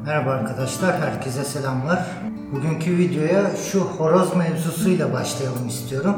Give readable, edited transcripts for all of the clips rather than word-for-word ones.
Merhaba arkadaşlar, herkese selamlar. Bugünkü videoya şu horoz mevzusuyla başlayalım istiyorum.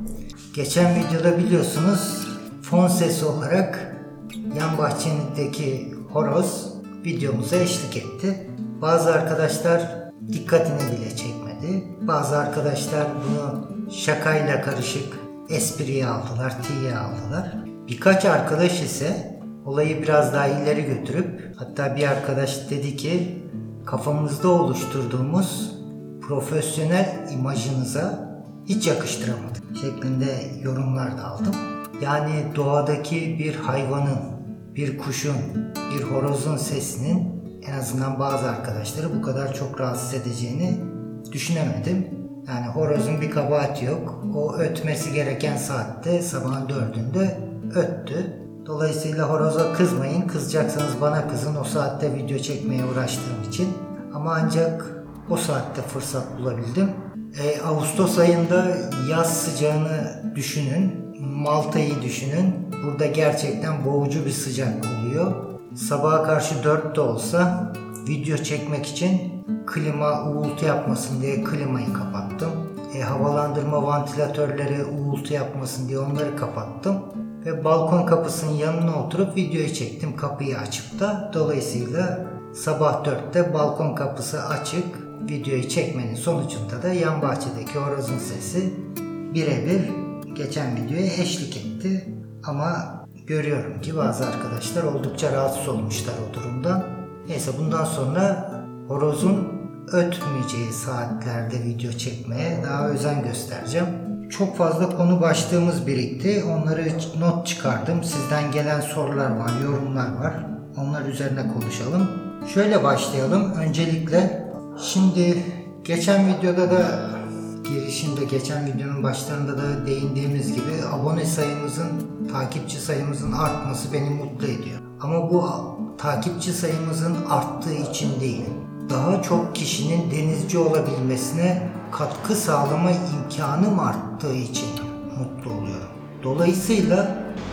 Geçen videoda biliyorsunuz fon sesi olarak yan bahçenizdeki horoz videomuza eşlik etti. Bazı arkadaşlar dikkatini bile çekmedi. Bazı arkadaşlar bunu şakayla karışık espriye aldılar, tiye aldılar. Birkaç arkadaş ise olayı biraz daha ileri götürüp, hatta bir arkadaş dedi ki kafamızda oluşturduğumuz profesyonel imajınıza hiç yakıştıramadık şeklinde yorumlar da aldım. Yani doğadaki bir hayvanın, bir kuşun, bir horozun sesinin en azından bazı arkadaşları bu kadar çok rahatsız edeceğini düşünemedim. Yani horozun bir kabahati yok. O ötmesi gereken saatte sabahın 4'ünde öttü. Dolayısıyla horoza kızmayın. Kızacaksanız bana kızın, o saatte video çekmeye uğraştığım için. Ama ancak o saatte fırsat bulabildim. Ağustos ayında yaz sıcağını düşünün. Malta'yı düşünün. Burada gerçekten boğucu bir sıcak oluyor. Sabaha karşı 4'te olsa video çekmek için klima uğultu yapmasın diye klimayı kapattım. Havalandırma vantilatörleri uğultu yapmasın diye onları kapattım. Ve balkon kapısının yanına oturup videoyu çektim, kapıyı açıp da. Dolayısıyla sabah 4'te balkon kapısı açık videoyu çekmenin sonucunda da yan bahçedeki horozun sesi birebir geçen videoya eşlik etti. Ama görüyorum ki bazı arkadaşlar oldukça rahatsız olmuşlar o durumdan. Neyse, bundan sonra horozun ötmeyeceği saatlerde video çekmeye daha özen göstereceğim. Çok fazla konu başlığımız birikti. Onları not çıkardım. Sizden gelen sorular var, yorumlar var. Onlar üzerine konuşalım. Şöyle başlayalım. Öncelikle şimdi geçen videoda da girişinde, geçen videonun başlarında da değindiğimiz gibi abone sayımızın, takipçi sayımızın artması beni mutlu ediyor. Ama bu takipçi sayımızın arttığı için değil, daha çok kişinin denizci olabilmesine katkı sağlama imkanım arttığı için mutlu oluyorum. Dolayısıyla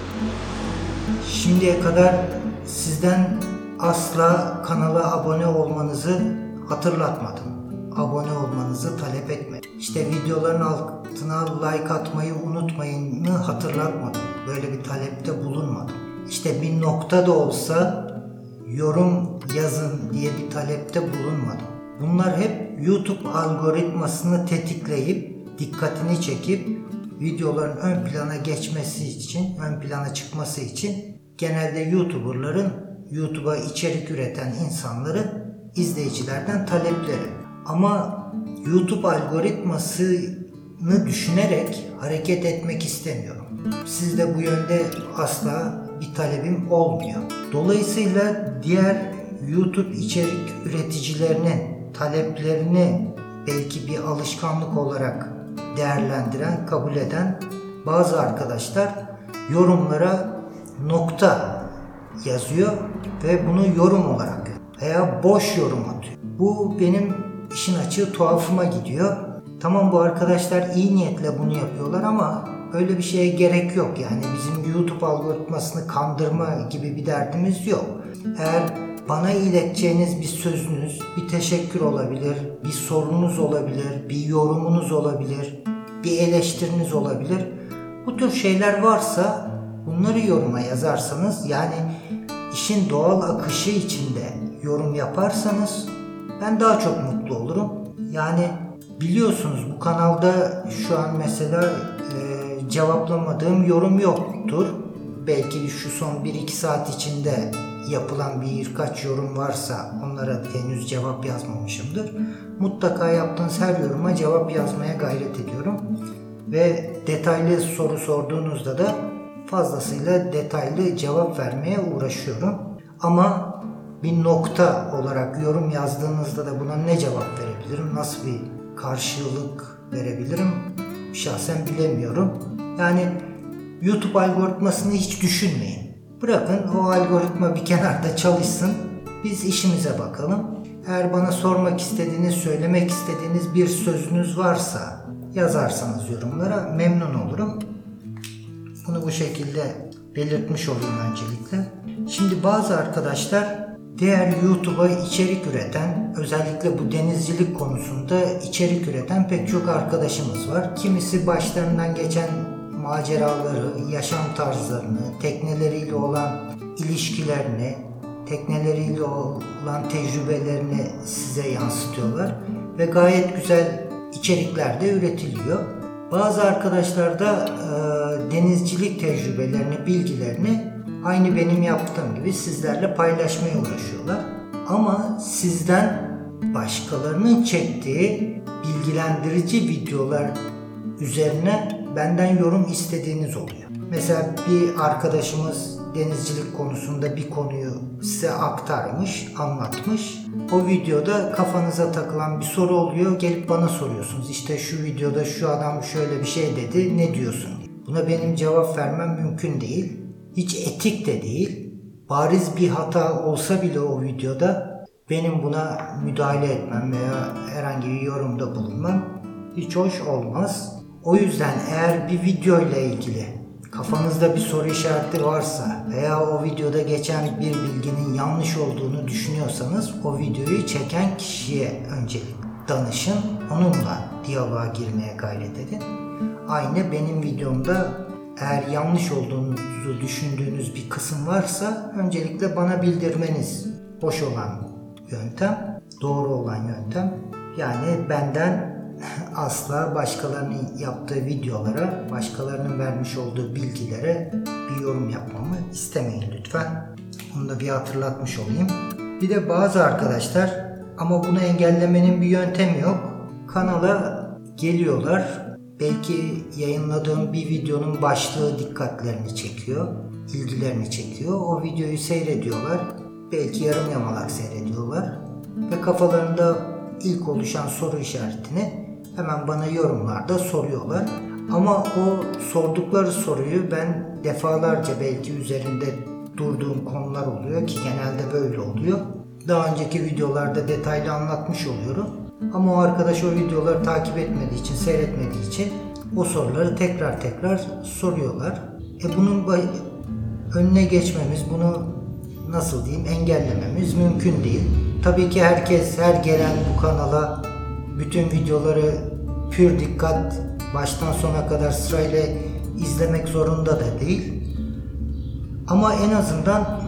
şimdiye kadar sizden asla kanala abone olmanızı hatırlatmadım. Abone olmanızı talep etmedim. İşte videoların altına like atmayı unutmayını hatırlatmadım. Böyle bir talepte bulunmadım. İşte bir nokta da olsa yorum yazın diye bir talepte bulunmadım. Bunlar hep YouTube algoritmasını tetikleyip, dikkatini çekip videoların ön plana geçmesi için, ön plana çıkması için genelde YouTuber'ların, YouTube'a içerik üreten insanları, izleyicilerden talepleri. Ama YouTube algoritmasını düşünerek hareket etmek istemiyorum. Siz de bu yönde asla bir talebim olmuyor. Dolayısıyla diğer YouTube içerik üreticilerinin taleplerini belki bir alışkanlık olarak değerlendiren, kabul eden bazı arkadaşlar yorumlara nokta yazıyor ve bunu yorum olarak veya boş yorum atıyor. Bu benim işin açığı tuhafıma gidiyor. Tamam, bu arkadaşlar iyi niyetle bunu yapıyorlar ama öyle bir şeye gerek yok. Yani bizim YouTube algoritmasını kandırma gibi bir derdimiz yok. Eğer bana ileteceğiniz bir sözünüz, bir teşekkür olabilir, bir sorunuz olabilir, bir yorumunuz olabilir, bir eleştiriniz olabilir. Bu tür şeyler varsa bunları yoruma yazarsanız, yani işin doğal akışı içinde yorum yaparsanız ben daha çok mutlu olurum. Yani biliyorsunuz bu kanalda şu an mesela cevaplamadığım yorum yoktur. Belki şu son 1-2 saat içinde yapılan birkaç yorum varsa onlara henüz cevap yazmamışımdır. Mutlaka yaptığınız her yoruma cevap yazmaya gayret ediyorum. Ve detaylı soru sorduğunuzda da fazlasıyla detaylı cevap vermeye uğraşıyorum. Ama bir nokta olarak yorum yazdığınızda da buna ne cevap verebilirim, nasıl bir karşılık verebilirim şahsen bilemiyorum. Yani YouTube algoritmasını hiç düşünmeyin. Bırakın o algoritma bir kenarda çalışsın. Biz işimize bakalım. Eğer bana sormak istediğiniz, söylemek istediğiniz bir sözünüz varsa yazarsanız yorumlara memnun olurum. Bunu bu şekilde belirtmiş olayım öncelikle. Şimdi bazı arkadaşlar diğer YouTube'a içerik üreten, özellikle bu denizcilik konusunda içerik üreten pek çok arkadaşımız var. Kimisi başlarından geçen maceraları, yaşam tarzlarını, tekneleriyle olan ilişkilerini, tekneleriyle olan tecrübelerini size yansıtıyorlar ve gayet güzel içerikler de üretiliyor. Bazı arkadaşlar da denizcilik tecrübelerini, bilgilerini aynı benim yaptığım gibi sizlerle paylaşmaya uğraşıyorlar. Ama sizden başkalarının çektiği bilgilendirici videolar üzerine benden yorum istediğiniz oluyor. Mesela bir arkadaşımız denizcilik konusunda bir konuyu size aktarmış, anlatmış. O videoda kafanıza takılan bir soru oluyor. Gelip bana soruyorsunuz. İşte şu videoda şu adam şöyle bir şey dedi. Ne diyorsun? Buna benim cevap vermem mümkün değil. Hiç etik de değil. Bariz bir hata olsa bile o videoda benim buna müdahale etmem veya herhangi bir yorumda bulunmam hiç hoş olmaz. O yüzden eğer bir video ile ilgili kafanızda bir soru işareti varsa veya o videoda geçen bir bilginin yanlış olduğunu düşünüyorsanız o videoyu çeken kişiye öncelik danışın. Onunla diyaloğa girmeye gayret edin. Aynı benim videomda eğer yanlış olduğunuzu düşündüğünüz bir kısım varsa öncelikle bana bildirmeniz hoş olan yöntem, doğru olan yöntem. Yani benden asla başkalarının yaptığı videolara, başkalarının vermiş olduğu bilgilere bir yorum yapmamı istemeyin lütfen. Bunu da bir hatırlatmış olayım. Bir de bazı arkadaşlar, ama bunu engellemenin bir yöntemi yok, kanala geliyorlar. Belki yayınladığım bir videonun başlığı dikkatlerini çekiyor, ilgilerini çekiyor. O videoyu seyrediyorlar. Belki yarım yamalak seyrediyorlar. Ve kafalarında ilk oluşan soru işaretini hemen bana yorumlarda soruyorlar. Ama o sordukları soruyu ben defalarca belki üzerinde durduğum konular oluyor ki genelde böyle oluyor. Daha önceki videolarda detaylı anlatmış oluyorum. Ama o arkadaş o videoları takip etmediği için, seyretmediği için o soruları tekrar soruyorlar. Bunun önüne geçmemiz, bunu nasıl diyeyim, engellememiz mümkün değil. Tabii ki herkes her gelen bu kanala bütün videoları pür dikkat baştan sona kadar sırayla izlemek zorunda da değil. Ama en azından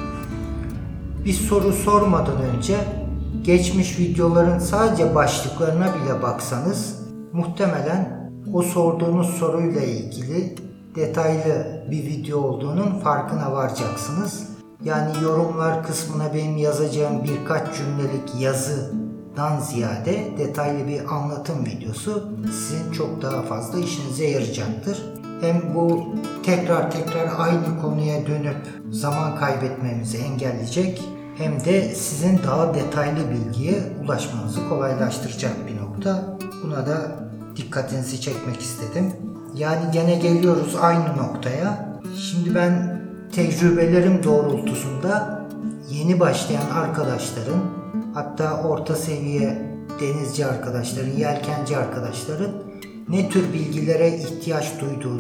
bir soru sormadan önce geçmiş videoların sadece başlıklarına bile baksanız muhtemelen o sorduğunuz soruyla ilgili detaylı bir video olduğunun farkına varacaksınız. Yani yorumlar kısmına benim yazacağım birkaç cümlelik yazıdan ziyade detaylı bir anlatım videosu sizin çok daha fazla işinize yarayacaktır. Hem bu tekrar aynı konuya dönüp zaman kaybetmemizi engelleyecek, hem de sizin daha detaylı bilgiye ulaşmanızı kolaylaştıracak bir nokta. Buna da dikkatinizi çekmek istedim. Yani gene geliyoruz aynı noktaya. Şimdi ben tecrübelerim doğrultusunda yeni başlayan arkadaşların, hatta orta seviye denizci arkadaşların, yelkenci arkadaşların ne tür bilgilere ihtiyaç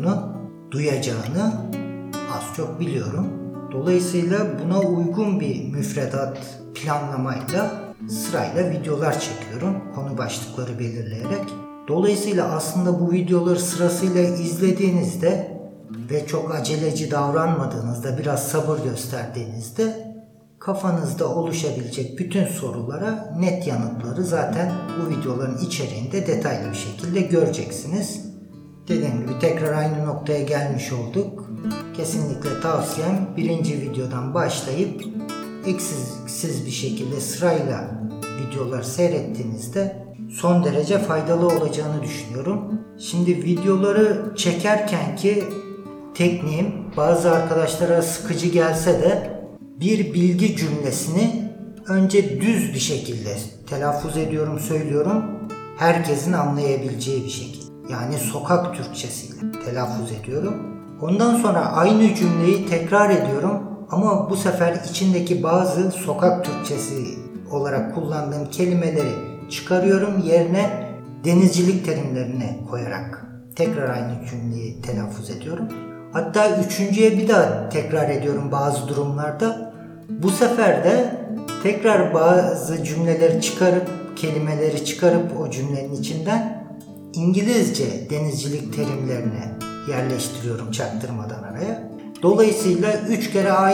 duyacağını az çok biliyorum. Dolayısıyla buna uygun bir müfredat planlamayla sırayla videolar çekiyorum, konu başlıkları belirleyerek. Dolayısıyla aslında bu videoları sırasıyla izlediğinizde ve çok aceleci davranmadığınızda, biraz sabır gösterdiğinizde kafanızda oluşabilecek bütün sorulara net yanıtları zaten bu videoların içeriğinde detaylı bir şekilde göreceksiniz. Dediğim gibi tekrar aynı noktaya gelmiş olduk. Kesinlikle tavsiyem birinci videodan başlayıp eksiksiz bir şekilde sırayla videolar seyrettiğinizde son derece faydalı olacağını düşünüyorum. Şimdi videoları çekerken ki tekniğim bazı arkadaşlara sıkıcı gelse de bir bilgi cümlesini önce düz bir şekilde telaffuz ediyorum, söylüyorum. Herkesin anlayabileceği bir şekilde. Yani sokak Türkçesiyle telaffuz ediyorum. Ondan sonra aynı cümleyi tekrar ediyorum ama bu sefer içindeki bazı sokak Türkçesi olarak kullandığım kelimeleri çıkarıyorum, yerine denizcilik terimlerini koyarak tekrar aynı cümleyi telaffuz ediyorum. Hatta üçüncüye bir daha tekrar ediyorum bazı durumlarda. Bu sefer de Tekrar bazı cümleleri çıkarıp, kelimeleri çıkarıp o cümlenin içinden İngilizce denizcilik terimlerini yerleştiriyorum çaktırmadan araya. Dolayısıyla 2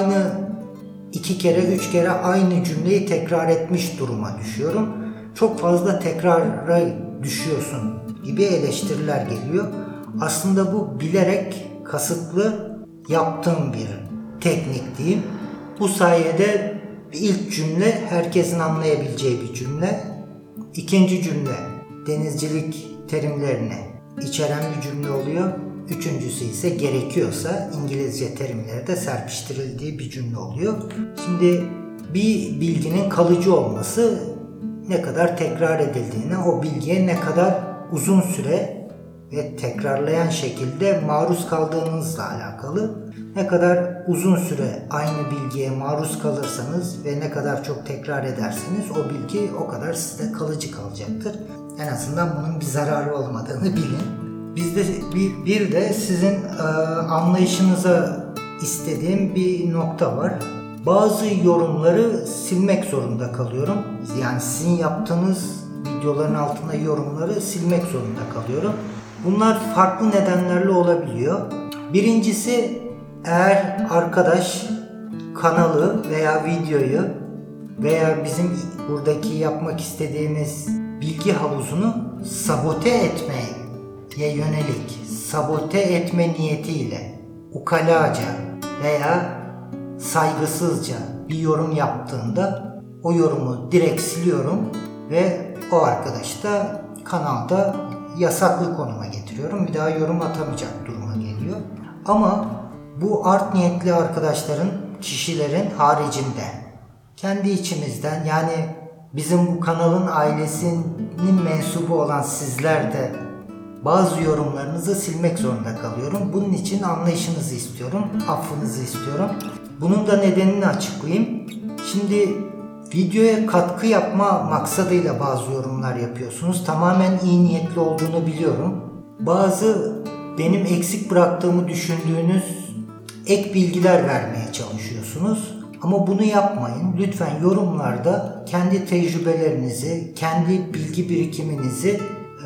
kere 3 kere aynı cümleyi tekrar etmiş duruma düşüyorum. Çok fazla tekrara düşüyorsun gibi eleştiriler geliyor. Aslında bu bilerek, kasıtlı yaptığım bir teknik diyeyim. Bu sayede ilk cümle herkesin anlayabileceği bir cümle. İkinci cümle denizcilik terimlerini içeren bir cümle oluyor. Üçüncüsü ise gerekiyorsa İngilizce terimleri de serpiştirildiği bir cümle oluyor. Şimdi bir bilginin kalıcı olması ne kadar tekrar edildiğine, o bilgiye ne kadar uzun süre ve tekrarlayan şekilde maruz kaldığınızla alakalı. Ne kadar uzun süre aynı bilgiye maruz kalırsanız ve ne kadar çok tekrar ederseniz o bilgi o kadar sizde kalıcı kalacaktır. En azından bunun bir zararı olmadığını bilin. Bizde bir de sizin anlayışınıza istediğim bir nokta var. Bazı yorumları silmek zorunda kalıyorum. Yani sizin yaptığınız videoların altında yorumları silmek zorunda kalıyorum. Bunlar farklı nedenlerle olabiliyor. Birincisi, eğer arkadaş kanalı veya videoyu veya bizim buradaki yapmak istediğimiz bilgi havuzunu sabote etmeye yönelik, sabote etme niyetiyle ukalaca veya saygısızca bir yorum yaptığında o yorumu direkt siliyorum ve o arkadaşı da kanalda yasaklı konuma getiriyorum. Bir daha yorum atamayacak duruma geliyor. Ama bu art niyetli arkadaşların, kişilerin haricinde kendi içimizden, yani bizim bu kanalın ailesinin mensubu olan sizler de bazı yorumlarınızı silmek zorunda kalıyorum. Bunun için anlayışınızı istiyorum, affınızı istiyorum. Bunun da nedenini açıklayayım. Şimdi videoya katkı yapma maksadıyla bazı yorumlar yapıyorsunuz. Tamamen iyi niyetli olduğunu biliyorum. Bazı benim eksik bıraktığımı düşündüğünüz ek bilgiler vermeye çalışıyorsunuz. Ama bunu yapmayın. Lütfen yorumlarda kendi tecrübelerinizi, kendi bilgi birikiminizi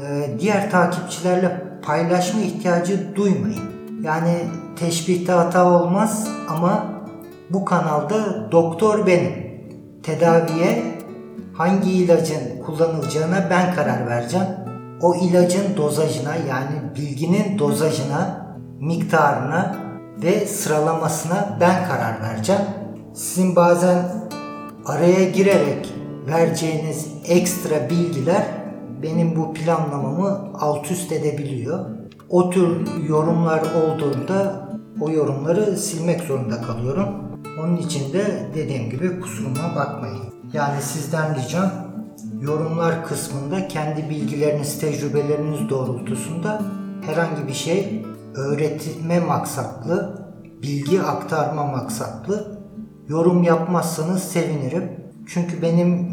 diğer takipçilerle paylaşma ihtiyacı duymayın. Yani teşbihte hata olmaz ama bu kanalda doktor benim. Tedaviye hangi ilacın kullanılacağına ben karar vereceğim. O ilacın dozajına, yani bilginin dozajına, miktarına ve sıralamasına ben karar vereceğim. Sizin bazen araya girerek vereceğiniz ekstra bilgiler benim bu planlamamı alt üst edebiliyor. O tür yorumlar olduğunda o yorumları silmek zorunda kalıyorum. Onun için de dediğim gibi kusuruma bakmayın. Yani sizden ricam, yorumlar kısmında kendi bilgileriniz, tecrübeleriniz doğrultusunda herhangi bir şey öğretme maksatlı, bilgi aktarma maksatlı yorum yapmazsanız sevinirim. Çünkü benim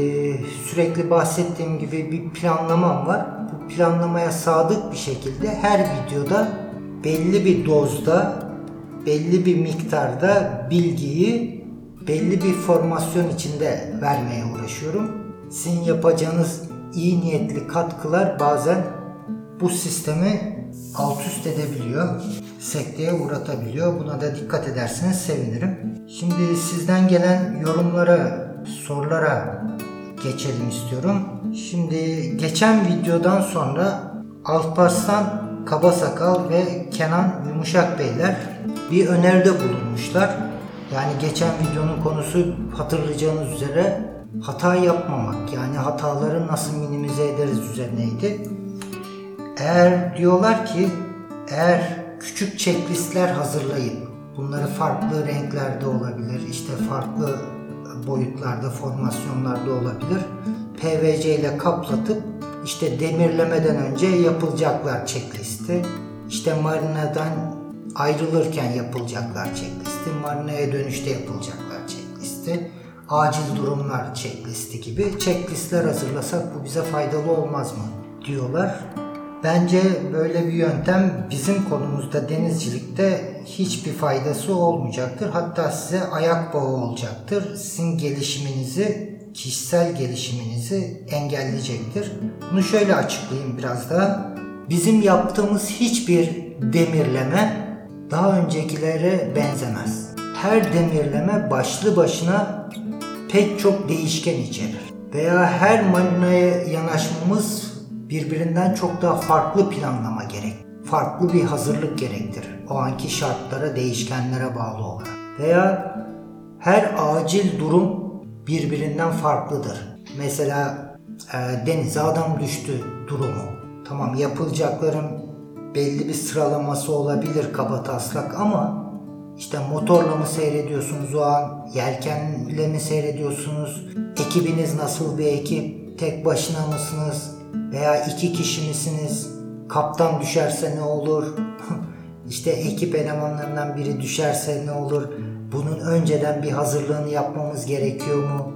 sürekli bahsettiğim gibi bir planlamam var. Bu planlamaya sadık bir şekilde her videoda belli bir dozda, belli bir miktarda bilgiyi belli bir formasyon içinde vermeye uğraşıyorum. Sizin yapacağınız iyi niyetli katkılar bazen bu sistemi alt üst edebiliyor, sekteye uğratabiliyor. Buna da dikkat ederseniz sevinirim. Şimdi sizden gelen yorumlara, sorulara geçelim istiyorum. Şimdi geçen videodan sonra Alparslan Kabasakal ve Kenan Yumuşak Beyler bir öneride bulunmuşlar. Yani geçen videonun konusu, hatırlayacağınız üzere, hata yapmamak, yani hataları nasıl minimize ederiz üzerineydi. Diyorlar ki eğer küçük checklistler hazırlayıp bunları farklı renklerde olabilir, işte farklı boyutlarda, formasyonlarda olabilir, PVC ile kaplatıp işte demirlemeden önce yapılacaklar checklisti, işte marinadan ayrılırken yapılacaklar checklisti, marinaya dönüşte yapılacaklar checklisti, acil durumlar checklisti gibi checklistler hazırlasak bu bize faydalı olmaz mı diyorlar. Bence böyle bir yöntem bizim konumuzda, denizcilikte hiçbir faydası olmayacaktır. Hatta size ayak bağı olacaktır. Sizin gelişiminizi, kişisel gelişiminizi engelleyecektir. Bunu şöyle açıklayayım biraz daha. Bizim yaptığımız hiçbir demirleme daha öncekilere benzemez. Her demirleme başlı başına pek çok değişken içerir. Veya her marinaya yanaşmamız birbirinden çok daha farklı planlama gerek. Farklı bir hazırlık gerektirir. O anki şartlara, değişkenlere bağlı olarak. Veya her acil durum birbirinden farklıdır. Mesela denize adam düştü durumu. Tamam, yapılacakların belli bir sıralaması olabilir kabataslak ama işte motorla mı seyrediyorsunuz o an, yelkenle mi seyrediyorsunuz, ekibiniz nasıl bir ekip, tek başına mısınız veya 2 kişi misiniz, kaptan düşerse ne olur, işte ekip elemanlarından biri düşerse ne olur, bunun önceden bir hazırlığını yapmamız gerekiyor mu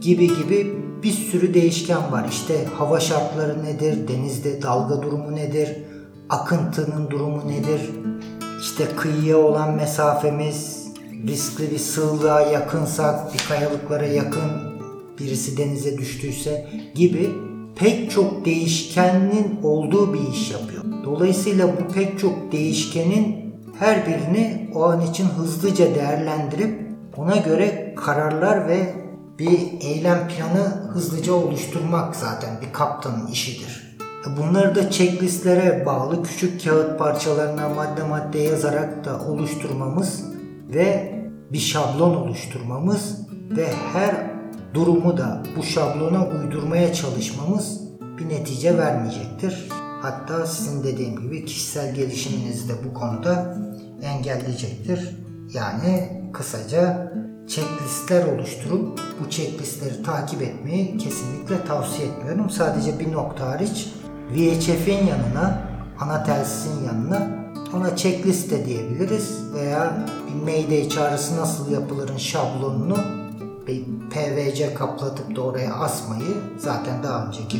gibi bir sürü değişken var. İşte hava şartları nedir, denizde dalga durumu nedir, akıntının durumu nedir, İşte kıyıya olan mesafemiz, riskli bir sığlığa yakınsak, bir kayalıklara yakın birisi denize düştüyse gibi pek çok değişkenin olduğu bir iş yapıyor. Dolayısıyla bu pek çok değişkenin her birini o an için hızlıca değerlendirip ona göre kararlar ve bir eylem planı hızlıca oluşturmak zaten bir kaptanın işidir. Bunları da checklistlere bağlı küçük kağıt parçalarına madde madde yazarak da oluşturmamız ve bir şablon oluşturmamız ve her durumu da bu şablona uydurmaya çalışmamız bir netice vermeyecektir. Hatta sizin dediğim gibi kişisel gelişiminizi de bu konuda engelleyecektir. Yani kısaca checklistler oluşturup bu checklistleri takip etmeyi kesinlikle tavsiye etmiyorum. Sadece bir nokta hariç VHF'in yanına, ana telsizin yanına ona checklist de diyebiliriz veya bir Mayday çağrısı nasıl yapılırın şablonunu bir PVC kaplatıp da oraya asmayı zaten daha önceki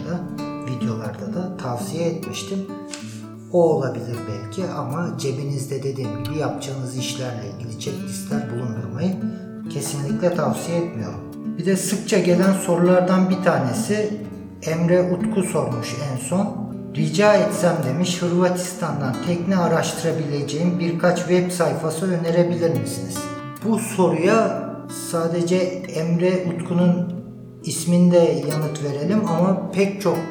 videolarda da tavsiye etmiştim. O olabilir belki ama cebinizde dediğim gibi yapacağınız işlerle ilgili checklistler bulundurmayı kesinlikle tavsiye etmiyorum. Bir de sıkça gelen sorulardan bir tanesi Emre Utku sormuş en son. Rica etsem demiş, Hırvatistan'dan tekne araştırabileceğim birkaç web sayfası önerebilir misiniz? Bu soruya sadece Emre Utku'nun isminde yanıt verelim ama pek çok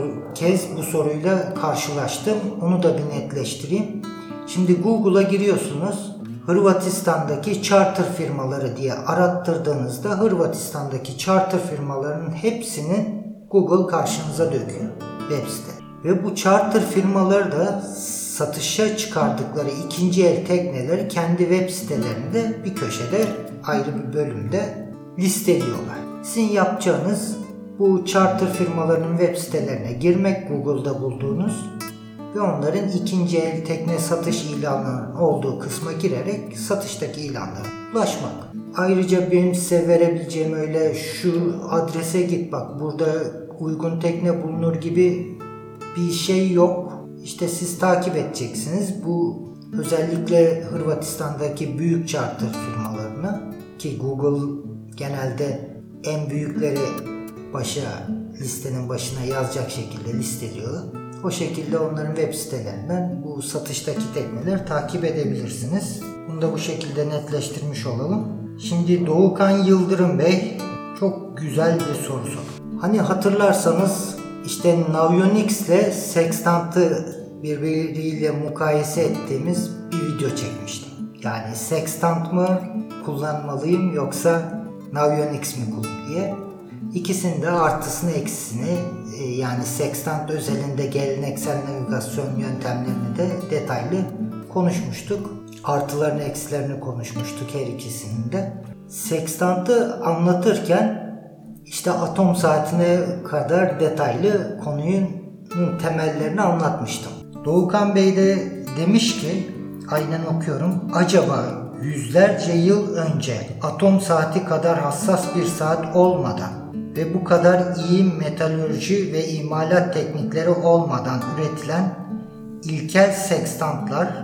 bu soruyla karşılaştım. Onu da bir netleştireyim. Şimdi Google'a giriyorsunuz. Hırvatistan'daki charter firmaları diye arattırdığınızda Hırvatistan'daki charter firmalarının hepsini Google karşınıza döküyor web site. Ve bu charter firmaları da satışa çıkardıkları ikinci el tekneleri kendi web sitelerinde bir köşede ayrı bir bölümde listeliyorlar. Sizin yapacağınız bu charter firmalarının web sitelerine girmek, Google'da bulduğunuz ve onların ikinci el tekne satış ilanlarının olduğu kısma girerek satıştaki ilanlara ulaşmak. Ayrıca benim size verebileceğim öyle şu adrese git bak burada uygun tekne bulunur gibi bir şey yok. İşte siz takip edeceksiniz. Bu özellikle Hırvatistan'daki büyük charter firmalarını ki Google genelde en büyükleri listenin başına yazacak şekilde listeliyor. O şekilde onların web sitelerinden bu satıştaki tekneleri takip edebilirsiniz. Bunu da bu şekilde netleştirmiş olalım. Şimdi Doğukan Yıldırım Bey çok güzel bir soru sordu. Hani hatırlarsanız işte Navionics ile Sextant'ı birbiriyle mukayese ettiğimiz bir video çekmiştim. Yani Sextant mı kullanmalıyım yoksa Navionics mi kullanmalıyım diye. İkisinin de artısını eksisini yani Sextant özelinde geleneksel navigasyon yöntemlerini de detaylı konuşmuştuk. Artılarını eksilerini konuşmuştuk her ikisinin de. Sextant'ı anlatırken işte atom saatine kadar detaylı konunun temellerini anlatmıştım. Doğukan Bey de demiş ki, aynen okuyorum, acaba yüzlerce yıl önce atom saati kadar hassas bir saat olmadan ve bu kadar iyi metalürji ve imalat teknikleri olmadan üretilen ilkel sekstantlar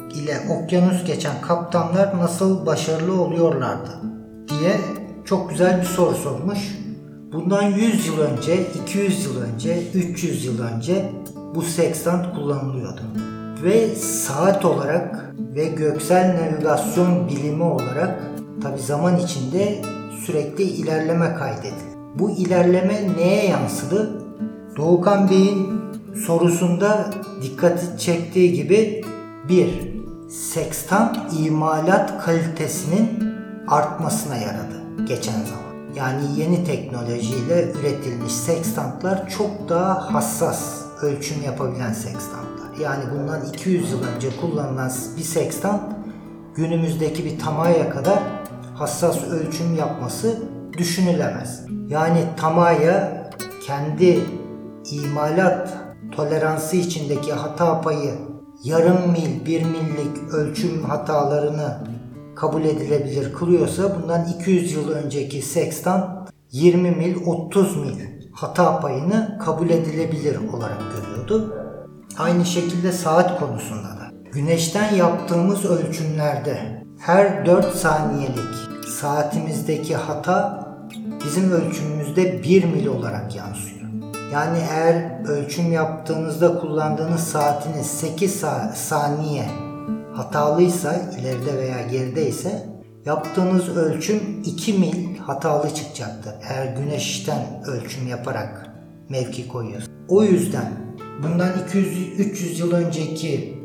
ile okyanus geçen kaptanlar nasıl başarılı oluyorlardı diye çok güzel bir soru sormuş. Bundan 100 yıl önce, 200 yıl önce, 300 yıl önce bu sekstant kullanılıyordu. Ve saat olarak ve göksel navigasyon bilimi olarak tabi zaman içinde sürekli ilerleme kaydedildi. Bu ilerleme neye yansıdı? Doğukan Bey'in sorusunda dikkati çektiği gibi bir, sekstant imalat kalitesinin artmasına yaradı geçen zaman. Yani yeni teknolojiyle üretilmiş sekstantlar çok daha hassas ölçüm yapabilen sekstantlar. Yani bundan 200 yıl önce kullanılan bir sekstant günümüzdeki bir Tamaya kadar hassas ölçüm yapması düşünülemez. Yani Tamaya kendi imalat toleransı içindeki hata payı yarım mil, 1 millik ölçüm hatalarını kabul edilebilir kılıyorsa bundan 200 yıl önceki sekstant 20 mil, 30 mil hata payını kabul edilebilir olarak görüyordu. Aynı şekilde saat konusunda da. Güneşten yaptığımız ölçümlerde her 4 saniyelik saatimizdeki hata bizim ölçümümüzde 1 mil olarak yansıyor. Yani eğer ölçüm yaptığınızda kullandığınız saatiniz 8 saniye hatalıysa, ileride veya geride ise yaptığınız ölçüm 2 mil hatalı çıkacaktır. Eğer güneşten ölçüm yaparak mevki koyuyorsunuz. O yüzden bundan 200-300 yıl önceki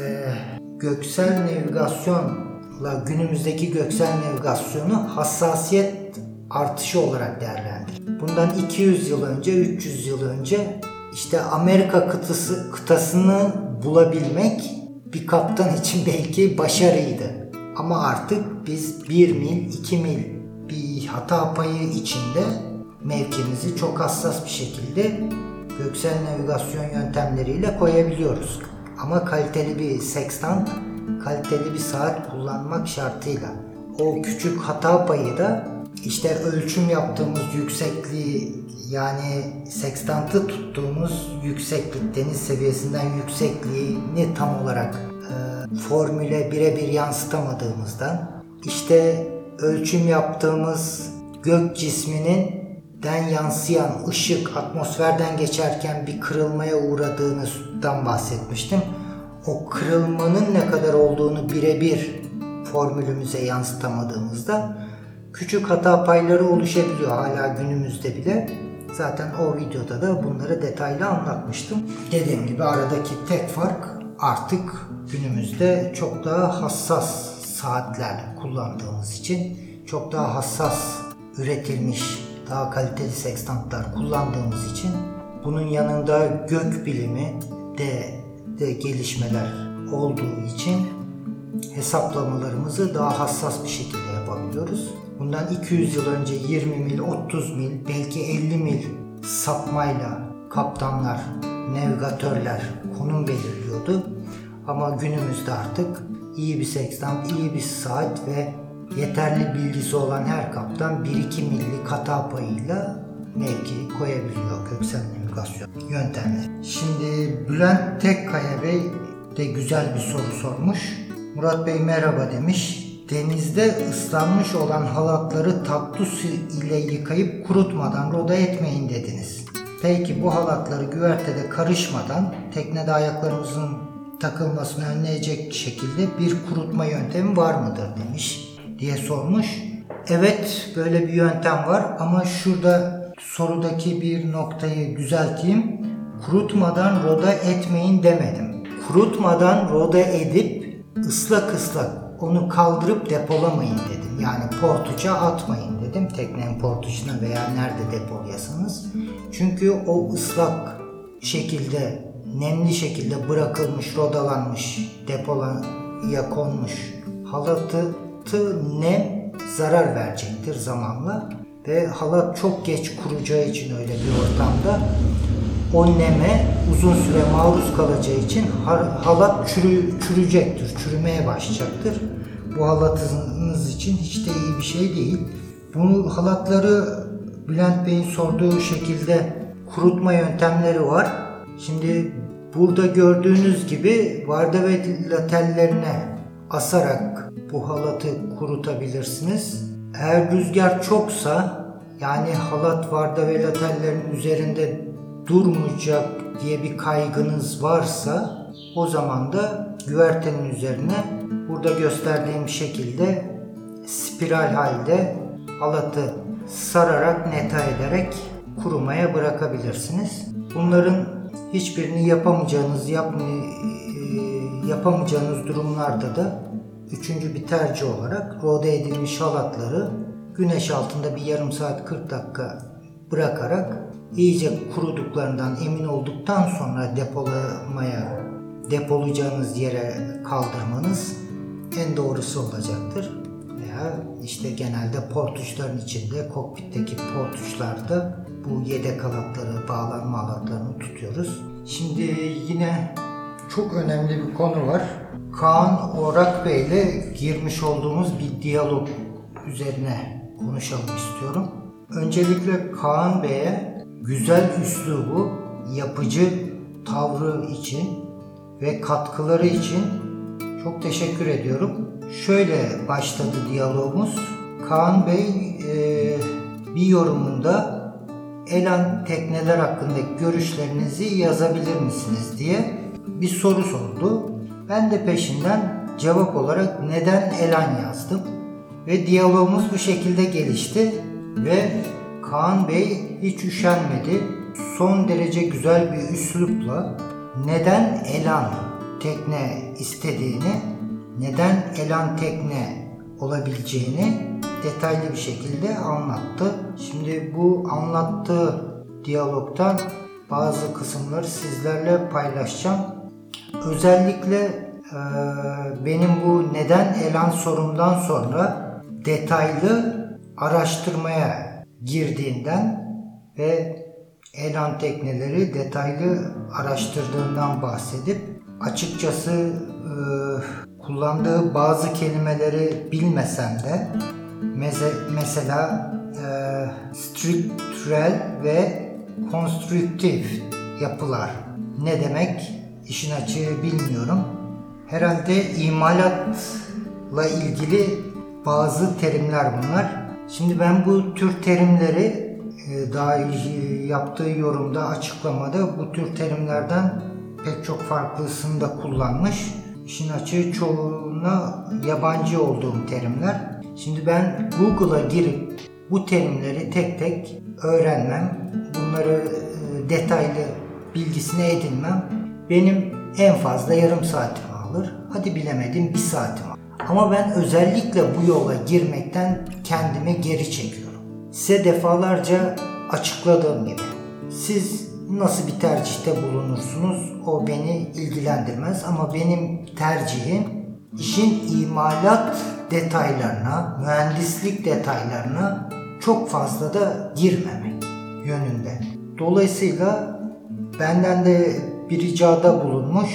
göksel navigasyonla günümüzdeki göksel navigasyonu hassasiyet artışı olarak değerlendir. Bundan 200 yıl önce, 300 yıl önce işte Amerika kıtasını bulabilmek bir kaptan için belki başarıydı. Ama artık biz 1 mil, 2 mil bir hata payı içinde mevkimizi çok hassas bir şekilde göksel navigasyon yöntemleriyle koyabiliyoruz. Ama kaliteli bir sekstant, kaliteli bir saat kullanmak şartıyla. O küçük hata payı da işte ölçüm yaptığımız yüksekliği, yani sekstantı tuttuğumuz yükseklik, deniz seviyesinden yüksekliğini tam olarak formüle birebir yansıtamadığımızdan, işte ölçüm yaptığımız gök cisminin yansıyan ışık atmosferden geçerken bir kırılmaya uğradığından bahsetmiştim. O kırılmanın ne kadar olduğunu birebir formülümüze yansıtamadığımızda küçük hata payları oluşabiliyor hala günümüzde bile. Zaten o videoda da bunları detaylı anlatmıştım. Dediğim gibi aradaki tek fark artık günümüzde çok daha hassas saatler kullandığımız için, çok daha hassas üretilmiş, daha kaliteli sekstantlar kullandığımız için, bunun yanında gök bilimi de gelişmeler olduğu için hesaplamalarımızı daha hassas bir şekilde yapabiliyoruz. Bundan 200 yıl önce 20 mil, 30 mil, belki 50 mil sapmayla kaptanlar, navigatörler konum belirliyordu. Ama günümüzde artık iyi bir sekstant, iyi bir saat ve yeterli bilgisi olan her kaptan 1-2 millik hata payıyla mevki koyabiliyor göksel navigasyon yöntemleri. Şimdi Bülent Tekkaya Bey de güzel bir soru sormuş. Murat Bey merhaba demiş. Denizde ıslanmış olan halatları tatlı su ile yıkayıp kurutmadan roda etmeyin dediniz. Peki bu halatları güvertede karışmadan teknede ayaklarımızın takılmasını önleyecek şekilde bir kurutma yöntemi var mıdır demiş diye sormuş. Evet, böyle bir yöntem var ama şurada sorudaki bir noktayı düzelteyim. Kurutmadan roda etmeyin demedim. Kurutmadan roda edip ıslak onu kaldırıp depolamayın dedim. Yani portuça atmayın dedim. Teknenin portuçuna veya nerede depoluyorsanız. Çünkü o ıslak şekilde, nemli şekilde bırakılmış, rodalanmış, depoya konmuş halatı nem zarar verecektir zamanla. Ve halat çok geç kuracağı için öyle bir ortamda o neme uzun süre maruz kalacağı için halat çürüyecektir, çürümeye başlayacaktır. Bu halatınız için hiç de iyi bir şey değil. Bu halatları Bülent Bey'in sorduğu şekilde kurutma yöntemleri var. Şimdi Burada gördüğünüz gibi vardavelya tellerine asarak bu halatı kurutabilirsiniz. Eğer rüzgar çoksa, yani halat vardavelya tellerinin üzerinde durmayacak diye bir kaygınız varsa, o zaman da güvertenin üzerine burada gösterdiğim şekilde spiral halde halatı sararak, neta ederek kurumaya bırakabilirsiniz. Bunların hiçbirini yapamayacağınız durumlarda da üçüncü bir tercih olarak rode edilmiş halatları güneş altında bir yarım saat 40 dakika bırakarak iyice kuruduklarından emin olduktan sonra depolayacağınız yere kaldırmanız en doğrusu olacaktır. Veya işte genelde portuçların içinde, kokpitteki portuçlarda bu yedek halatları, bağlanma halatlarını tutuyoruz. Şimdi yine çok önemli bir konu var. Kaan Orak Bey ile girmiş olduğumuz bir diyalog üzerine konuşalım istiyorum. Öncelikle Kaan Bey'e güzel üslubu, yapıcı tavrı için ve katkıları için çok teşekkür ediyorum. Şöyle başladı diyalogumuz. Kaan Bey bir yorumunda Elan tekneler hakkındaki görüşlerinizi yazabilir misiniz diye bir soru sordu. Ben de peşinden cevap olarak neden Elan yazdım. Ve diyalogumuz bu şekilde gelişti. Ve Kaan Bey hiç üşenmedi. Son derece güzel bir üslupla neden Elan tekne istediğini, neden Elan tekne olabileceğini detaylı bir şekilde anlattı. Şimdi bu anlattığı diyalogtan bazı kısımları sizlerle paylaşacağım. Özellikle benim bu neden Elan sorumdan sonra detaylı araştırmaya girdiğinden ve Elan tekneleri detaylı araştırdığından bahsedip açıkçası kullandığı bazı kelimeleri bilmesem de mesela strüktürel ve konstrüktif yapılar ne demek, işin açığı bilmiyorum. Herhalde imalatla ilgili bazı terimler bunlar. Şimdi ben bu tür terimleri daha yaptığı yorumda, açıklamada bu tür terimlerden pek çok farklısını da kullanmış. İşin açığı çoğuna yabancı olduğum terimler. Şimdi ben Google'a girip bu terimleri tek tek öğrenmem, bunları detaylı bilgisine edinmem benim en fazla yarım saatimi alır. Hadi bilemedim 1 saatimi alır. Ama ben özellikle bu yola girmekten kendimi geri çekiyorum. Size defalarca açıkladığım gibi siz nasıl bir tercihte bulunursunuz o beni ilgilendirmez ama benim tercihim işin imalat detaylarına, mühendislik detaylarına çok fazla da girmemek yönünde. Dolayısıyla benden de bir ricada bulunmuş.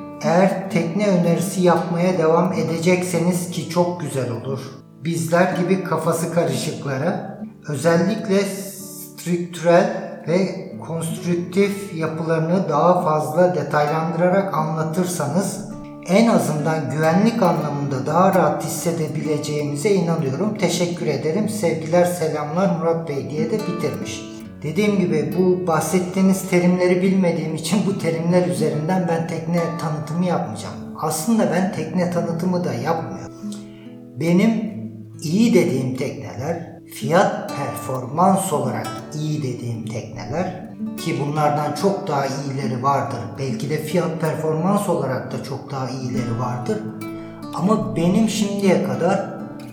Eğer tekne önerisi yapmaya devam edecekseniz ki çok güzel olur. Bizler gibi kafası karışıklara özellikle strüktürel ve konstrüktif yapılarını daha fazla detaylandırarak anlatırsanız en azından güvenlik anlamında daha rahat hissedebileceğimize inanıyorum. Teşekkür ederim. Sevgiler, selamlar Murat Bey diye de bitirmiş. Dediğim gibi bu bahsettiğiniz terimleri bilmediğim için bu terimler üzerinden ben tekne tanıtımı yapmayacağım. Aslında ben tekne tanıtımı da yapmıyorum. Benim iyi dediğim tekneler, fiyat performans olarak iyi dediğim tekneler ki bunlardan çok daha iyileri vardır. Belki de fiyat performans olarak da çok daha iyileri vardır. Ama benim şimdiye kadar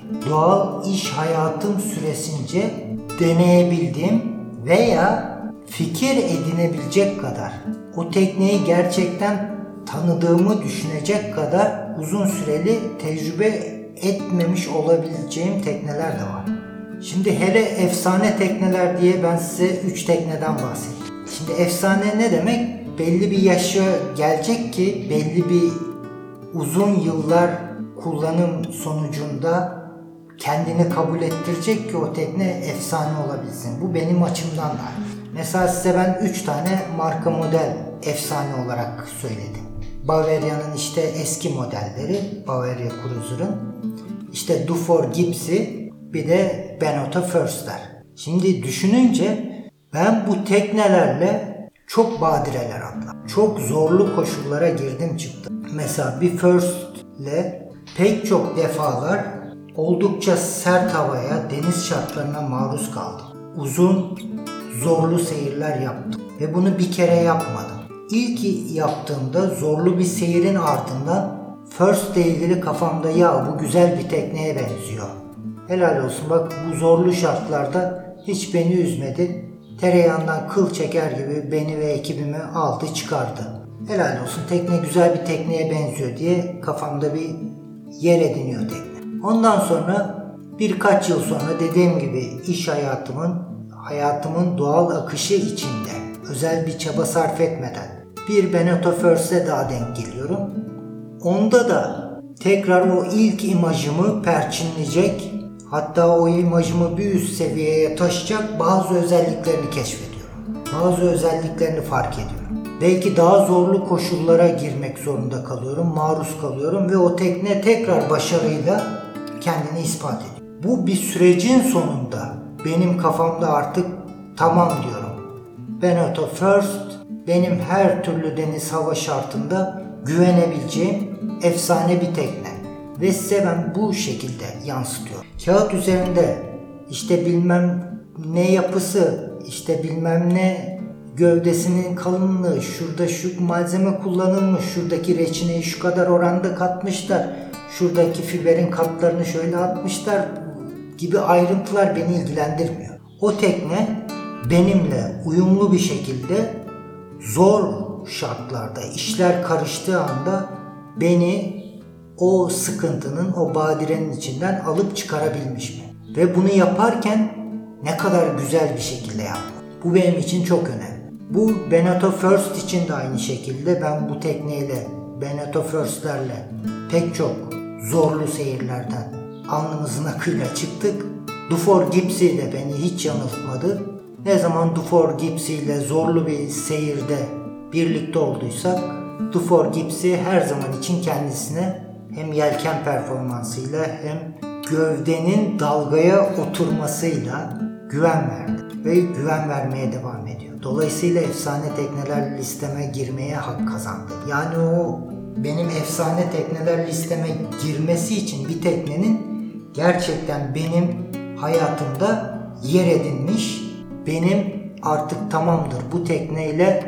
doğal iş hayatım süresince deneyebildiğim veya fikir edinebilecek kadar, o tekneyi gerçekten tanıdığımı düşünecek kadar uzun süreli tecrübe etmemiş olabileceğim tekneler de var. Şimdi hele efsane tekneler diye ben size 3 tekneden bahsedeyim. Şimdi efsane ne demek? Belli bir yaşa gelecek ki belli bir uzun yıllar kullanım sonucunda kendini kabul ettirecek ki o tekne efsane olabilsin. Bu benim açımdan da. Mesela size ben 3 tane marka model efsane olarak söyledim. Bavaria'nın işte eski modelleri, Bavaria Cruiser'ın işte Dufour Gibbs'i, bir de Beneteau First'ler. Şimdi düşününce ben bu teknelerle çok badireler atladım. Çok zorlu koşullara girdim çıktım. Mesela bir First'le pek çok defalar oldukça sert havaya, deniz şartlarına maruz kaldım. Uzun, zorlu seyirler yaptım ve bunu bir kere yapmadım. İlk yaptığımda zorlu bir seyirin ardından First ile ilgili kafamda ya bu güzel bir tekneye benziyor. Helal olsun, bak bu zorlu şartlarda hiç beni üzmedi. Tereyağından kıl çeker gibi beni ve ekibimi aldı çıkardı. Helal olsun, tekne güzel bir tekneye benziyor diye kafamda bir yer ediniyor tekne. Ondan sonra birkaç yıl sonra dediğim gibi iş hayatımın doğal akışı içinde özel bir çaba sarf etmeden bir Beneteau First'e daha denk geliyorum. Onda da tekrar o ilk imajımı perçinleyecek, hatta o imajımı bir üst seviyeye taşıyacak bazı özelliklerini keşfediyorum. Bazı özelliklerini fark ediyorum. Belki daha zorlu koşullara girmek zorunda kalıyorum, maruz kalıyorum ve o tekne tekrar başarıyla kendini ispat ediyor. Bu bir sürecin sonunda benim kafamda artık tamam diyorum. Beneteau First benim her türlü deniz hava şartında güvenebileceğim efsane bir tekne. Ve size ben bu şekilde yansıtıyorum. Kağıt üzerinde işte bilmem ne yapısı, işte bilmem ne gövdesinin kalınlığı, şurada şu malzeme kullanılmış, şuradaki reçineyi şu kadar oranda katmışlar, şuradaki fiberin katlarını şöyle atmışlar gibi ayrıntılar beni ilgilendirmiyor. O tekne benimle uyumlu bir şekilde zor şartlarda, işler karıştığı anda beni o sıkıntının, o badirenin içinden alıp çıkarabilmiş mi? Ve bunu yaparken ne kadar güzel bir şekilde yaptım. Bu benim için çok önemli. Bu Beneteau First için de aynı şekilde ben bu tekneyle, Beneteau First'lerle pek çok zorlu seyirlerden alnımızın akıyla çıktık. Dufour Gibbs'i de beni hiç yanıltmadı. Ne zaman Dufour Gibbs ile zorlu bir seyirde birlikte olduysak, Dufour Gibbs'i her zaman için kendisine hem yelken performansıyla hem gövdenin dalgaya oturmasıyla güven verdi ve güven vermeye devam ediyor. Dolayısıyla efsane tekneler listeme girmeye hak kazandı. Yani o benim efsane tekneler listeme girmesi için bir teknenin gerçekten benim hayatımda yer edinmiş, benim artık tamamdır bu tekneyle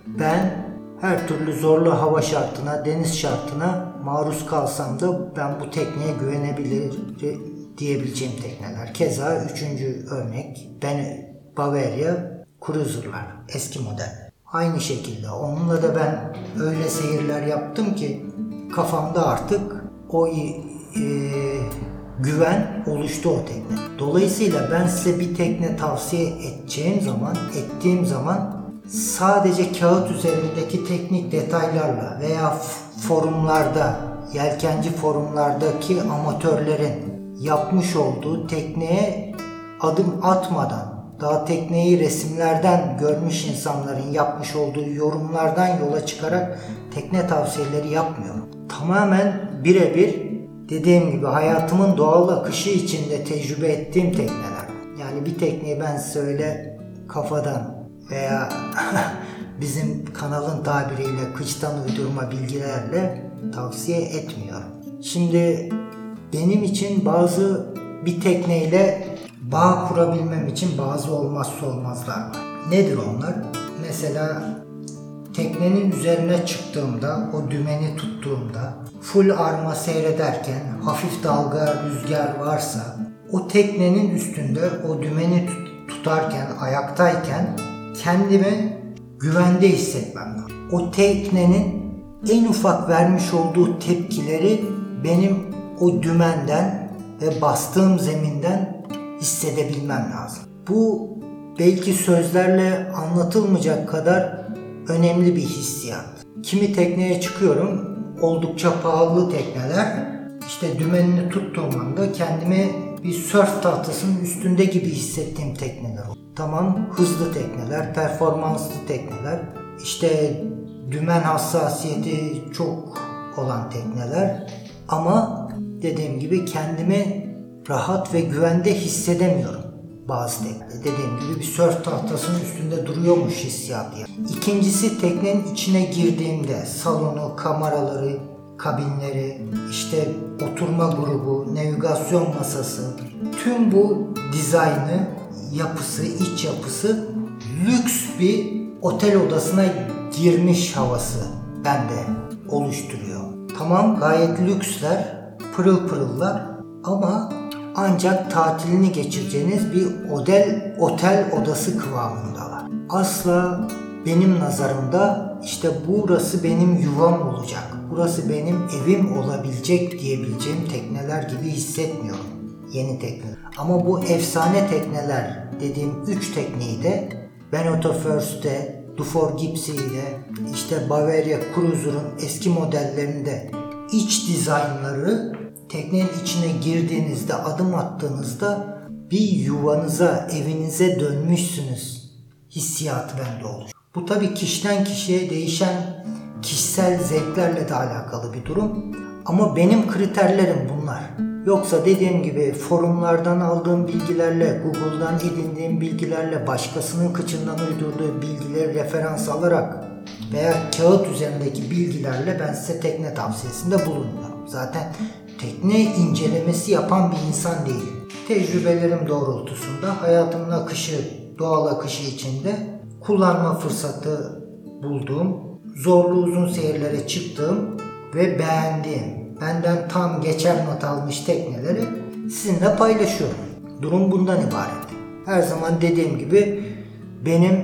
ben her türlü zorlu hava şartına, deniz şartına maruz kalsam da ben bu tekneye güvenebilirim diyebileceğim tekneler. Keza üçüncü örnek Bavaria Cruiser'lar, eski model. Aynı şekilde onunla da ben öyle seyirler yaptım ki kafamda artık o güven oluştu o tekne. Dolayısıyla ben size bir tekne tavsiye ettiğim zaman sadece kağıt üzerindeki teknik detaylarla veya forumlarda, yelkenci forumlardaki amatörlerin yapmış olduğu tekneye adım atmadan, daha tekneyi resimlerden görmüş insanların yapmış olduğu yorumlardan yola çıkarak tekne tavsiyeleri yapmıyorum. Tamamen birebir dediğim gibi hayatımın doğal akışı içinde tecrübe ettiğim tekneler. Yani bir tekneyi ben size öyle kafadan veya bizim kanalın tabiriyle kıçtan uydurma bilgilerle tavsiye etmiyorum. Şimdi benim için bir tekneyle bağ kurabilmem için bazı olmazsa olmazlar var. Nedir onlar? Mesela teknenin üzerine çıktığımda, o dümeni tuttuğumda, full arma seyrederken hafif dalga, rüzgar varsa o teknenin üstünde o dümeni tutarken, ayaktayken kendimi güvende hissetmem lazım. O teknenin en ufak vermiş olduğu tepkileri benim o dümenden ve bastığım zeminden hissedebilmem lazım. Bu belki sözlerle anlatılmayacak kadar önemli bir hissiyat. Kimi tekneye çıkıyorum, oldukça pahalı tekneler. İşte dümenini tuttuğum anda kendimi bir sörf tahtasının üstünde gibi hissettiğim tekneler oldu. Tamam, hızlı tekneler, performanslı tekneler, işte dümen hassasiyeti çok olan tekneler. Ama dediğim gibi kendimi rahat ve güvende hissedemiyorum bazı tekne. Dediğim gibi bir sörf tahtasının üstünde duruyormuş hissiyatı. İkincisi, teknenin içine girdiğimde salonu, kameraları, kabinleri, işte oturma grubu, navigasyon masası, tüm bu dizaynı, yapısı, iç yapısı lüks bir otel odasına girmiş havası bende oluşturuyor. Tamam, gayet lüksler, pırıl pırıllar ama ancak tatilini geçireceğiniz bir otel odası kıvamındalar. Asla benim nazarımda işte burası benim yuvam olacak, burası benim evim olabilecek diyebileceğim tekneler gibi hissetmiyorum yeni tekneler. Ama bu efsane tekneler dediğim 3 tekneyi de Beneteau First'te, Dufour Gipsy'de, işte Bavaria Cruiser'ın eski modellerinde iç dizaynları teknenin içine girdiğinizde, adım attığınızda bir yuvanıza, evinize dönmüşsünüz hissiyatı bende olur. Bu tabii kişiden kişiye değişen kişisel zevklerle de alakalı bir durum. Ama benim kriterlerim bunlar. Yoksa dediğim gibi forumlardan aldığım bilgilerle, Google'dan edindiğim bilgilerle, başkasının kıçından uydurduğu bilgileri referans alarak veya kağıt üzerindeki bilgilerle ben size tekne tavsiyesinde bulunmuyorum. Zaten tekne incelemesi yapan bir insan değilim. Tecrübelerim doğrultusunda hayatımın akışı, doğal akışı içinde kullanma fırsatı bulduğum, zorlu uzun seyirlere çıktığım ve beğendiğim, benden tam geçer not almış tekneleri sizinle paylaşıyorum. Durum bundan ibaret. Her zaman dediğim gibi benim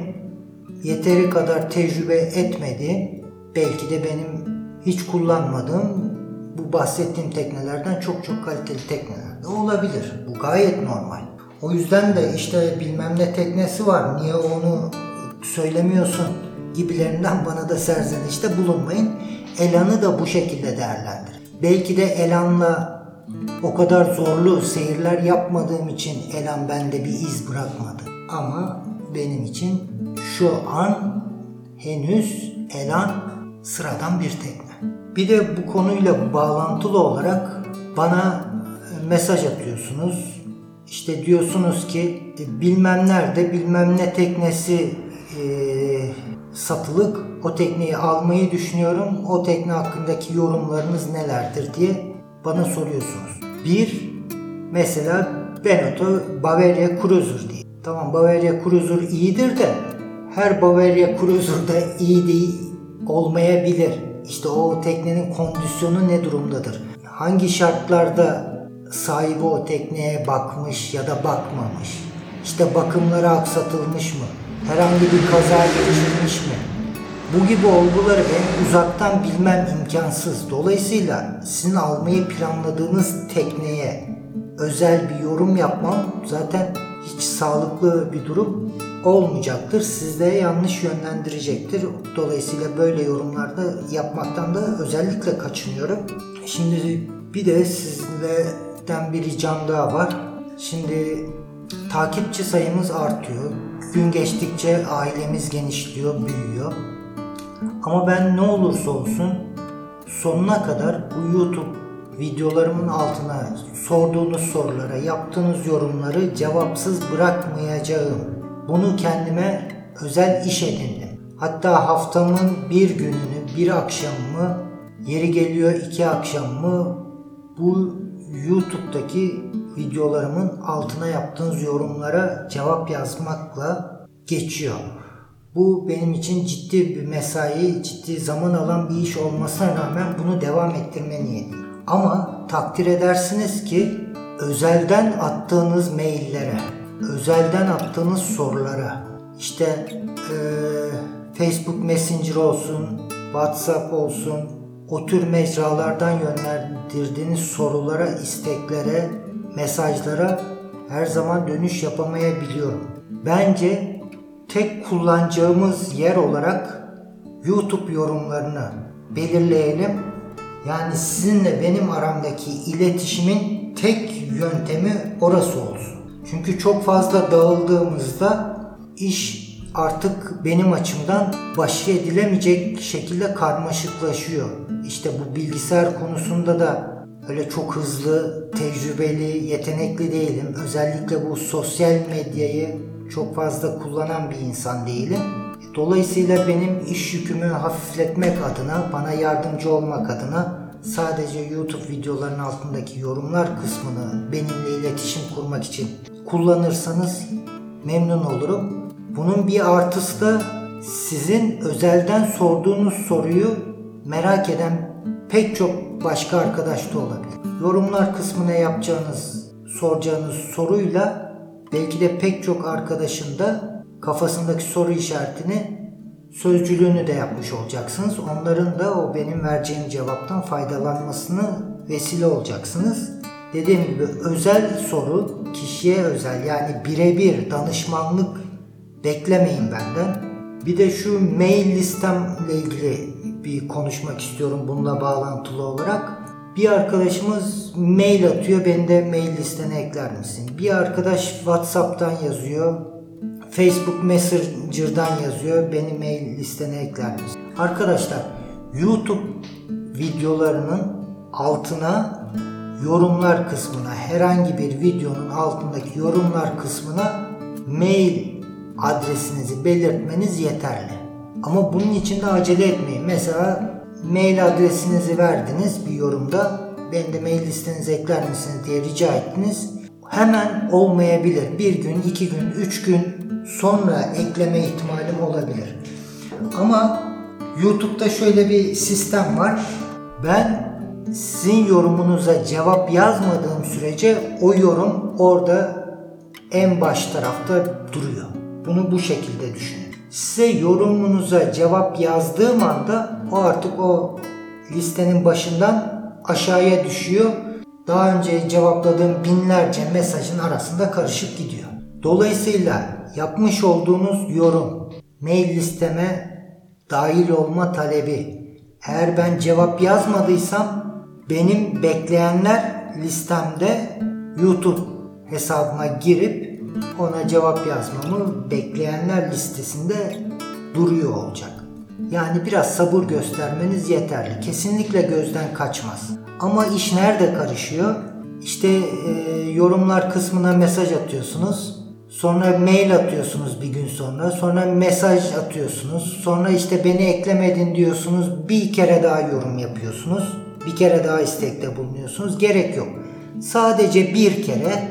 yeteri kadar tecrübe etmediğim, belki de benim hiç kullanmadığım bu bahsettiğim teknelerden çok kaliteli tekneler de olabilir. Bu gayet normal. O yüzden de işte bilmem ne teknesi var, niye onu söylemiyorsun gibilerinden bana da serzenişte bulunmayın. Elan'ı da bu şekilde değerlendirin. Belki de Elan'la o kadar zorlu seyirler yapmadığım için Elan bende bir iz bırakmadı. Ama benim için şu an henüz Elan sıradan bir tekne. Bir de bu konuyla bağlantılı olarak bana mesaj atıyorsunuz. İşte diyorsunuz ki bilmem nerede bilmem ne teknesi satılık, o tekneyi almayı düşünüyorum, o tekne hakkındaki yorumlarınız nelerdir diye bana soruyorsunuz. Mesela Beneteau Bavaria Cruiser diye. Tamam, Bavaria Cruiser iyidir de her Bavaria Cruiser da iyi değil olmayabilir. İşte o teknenin kondisyonu ne durumdadır? Hangi şartlarda sahibi o tekneye bakmış ya da bakmamış? İşte bakımları aksatılmış mı? Herhangi bir kaza geçirmiş mi? Bu gibi olguları benim uzaktan bilmem imkansız. Dolayısıyla sizin almayı planladığınız tekneye özel bir yorum yapmam zaten hiç sağlıklı bir durum olmayacaktır. Sizi de yanlış yönlendirecektir. Dolayısıyla böyle yorumlarda yapmaktan da özellikle kaçınıyorum. Şimdi bir de sizlerden bir ricam daha var. Şimdi takipçi sayımız artıyor. Gün geçtikçe ailemiz genişliyor, büyüyor. Ama ben ne olursa olsun sonuna kadar bu YouTube videolarımın altına sorduğunuz sorulara, yaptığınız yorumları cevapsız bırakmayacağım. Bunu kendime özel iş edindim. Hatta haftamın bir gününü, bir akşamımı, yeri geliyor 2 akşamımı bu YouTube'daki videolarımın altına yaptığınız yorumlara cevap yazmakla geçiyor. Bu benim için ciddi bir mesai, ciddi zaman alan bir iş olmasına rağmen bunu devam ettirme niyetindeyim. Ama takdir edersiniz ki özelden attığınız maillere, özelden attığınız sorulara, işte Facebook Messenger olsun, WhatsApp olsun, o tür mecralardan yönlendirdiğiniz sorulara, isteklere, mesajlara her zaman dönüş yapamayabiliyorum. Bence tek kullanacağımız yer olarak YouTube yorumlarını belirleyelim. Yani sizinle benim aramdaki iletişimin tek yöntemi orası olsun. Çünkü çok fazla dağıldığımızda iş artık benim açımdan baş edilemeyecek şekilde karmaşıklaşıyor. İşte bu bilgisayar konusunda da öyle çok hızlı, tecrübeli, yetenekli değilim. Özellikle bu sosyal medyayı çok fazla kullanan bir insan değilim. Dolayısıyla benim iş yükümü hafifletmek adına, bana yardımcı olmak adına sadece YouTube videolarının altındaki yorumlar kısmını benimle iletişim kurmak için kullanırsanız memnun olurum. Bunun bir artısı da sizin özelden sorduğunuz soruyu merak eden pek çok başka arkadaş da olabilir. Yorumlar kısmına soracağınız soruyla belki de pek çok arkadaşın da kafasındaki soru işaretini, sözcülüğünü de yapmış olacaksınız. Onların da o benim vereceğim cevaptan faydalanmasını vesile olacaksınız. Dediğim gibi özel soru, kişiye özel, yani birebir danışmanlık beklemeyin benden. Bir de şu mail listemle ilgili bir konuşmak istiyorum bununla bağlantılı olarak. Bir arkadaşımız mail atıyor, beni de mail listene ekler misin? Bir arkadaş WhatsApp'tan yazıyor, Facebook Messenger'dan yazıyor, beni mail listene ekler misin? Arkadaşlar, YouTube videolarının altına, yorumlar kısmına, herhangi bir videonun altındaki yorumlar kısmına mail adresinizi belirtmeniz yeterli. Ama bunun için de acele etmeyin. Mesela mail adresinizi verdiniz bir yorumda, beni de mail listenize ekler misiniz diye rica ettiniz. Hemen olmayabilir. 1 gün, 2 gün, 3 gün sonra ekleme ihtimalim olabilir. Ama YouTube'da şöyle bir sistem var. Ben sizin yorumunuza cevap yazmadığım sürece o yorum orada en baş tarafta duruyor. Bunu bu şekilde düşünün. Size yorumunuza cevap yazdığım anda o artık o listenin başından aşağıya düşüyor. Daha önce cevapladığım binlerce mesajın arasında karışıp gidiyor. Dolayısıyla yapmış olduğunuz yorum, mail listeme dahil olma talebi, eğer ben cevap yazmadıysam benim bekleyenler listemde YouTube hesabıma girip ona cevap yazmamı bekleyenler listesinde duruyor olacak. Yani biraz sabır göstermeniz yeterli. Kesinlikle gözden kaçmaz. Ama iş nerede karışıyor? İşte yorumlar kısmına mesaj atıyorsunuz. Sonra mail atıyorsunuz bir gün sonra. Sonra mesaj atıyorsunuz. Sonra işte beni eklemedin diyorsunuz. Bir kere daha yorum yapıyorsunuz. Bir kere daha istekte bulunuyorsunuz. Gerek yok. Sadece bir kere,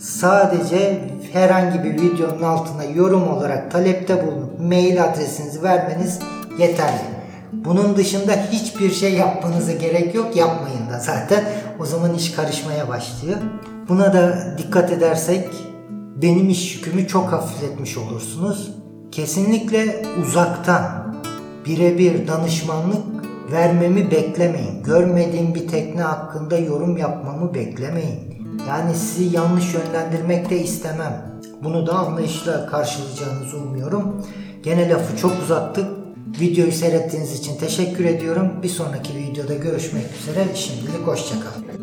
sadece herhangi bir videonun altına yorum olarak talepte bulunup mail adresinizi vermeniz yeterli. Bunun dışında hiçbir şey yapmanıza gerek yok. Yapmayın da zaten. O zaman iş karışmaya başlıyor. Buna da dikkat edersek benim iş yükümü çok hafifletmiş olursunuz. Kesinlikle uzaktan birebir danışmanlık vermemi beklemeyin. Görmediğim bir tekne hakkında yorum yapmamı beklemeyin. Yani sizi yanlış yönlendirmek de istemem. Bunu da anlayışla karşılayacağınızı umuyorum. Gene lafı çok uzattık. Videoyu seyrettiğiniz için teşekkür ediyorum. Bir sonraki videoda görüşmek üzere. Şimdilik hoşça kalın.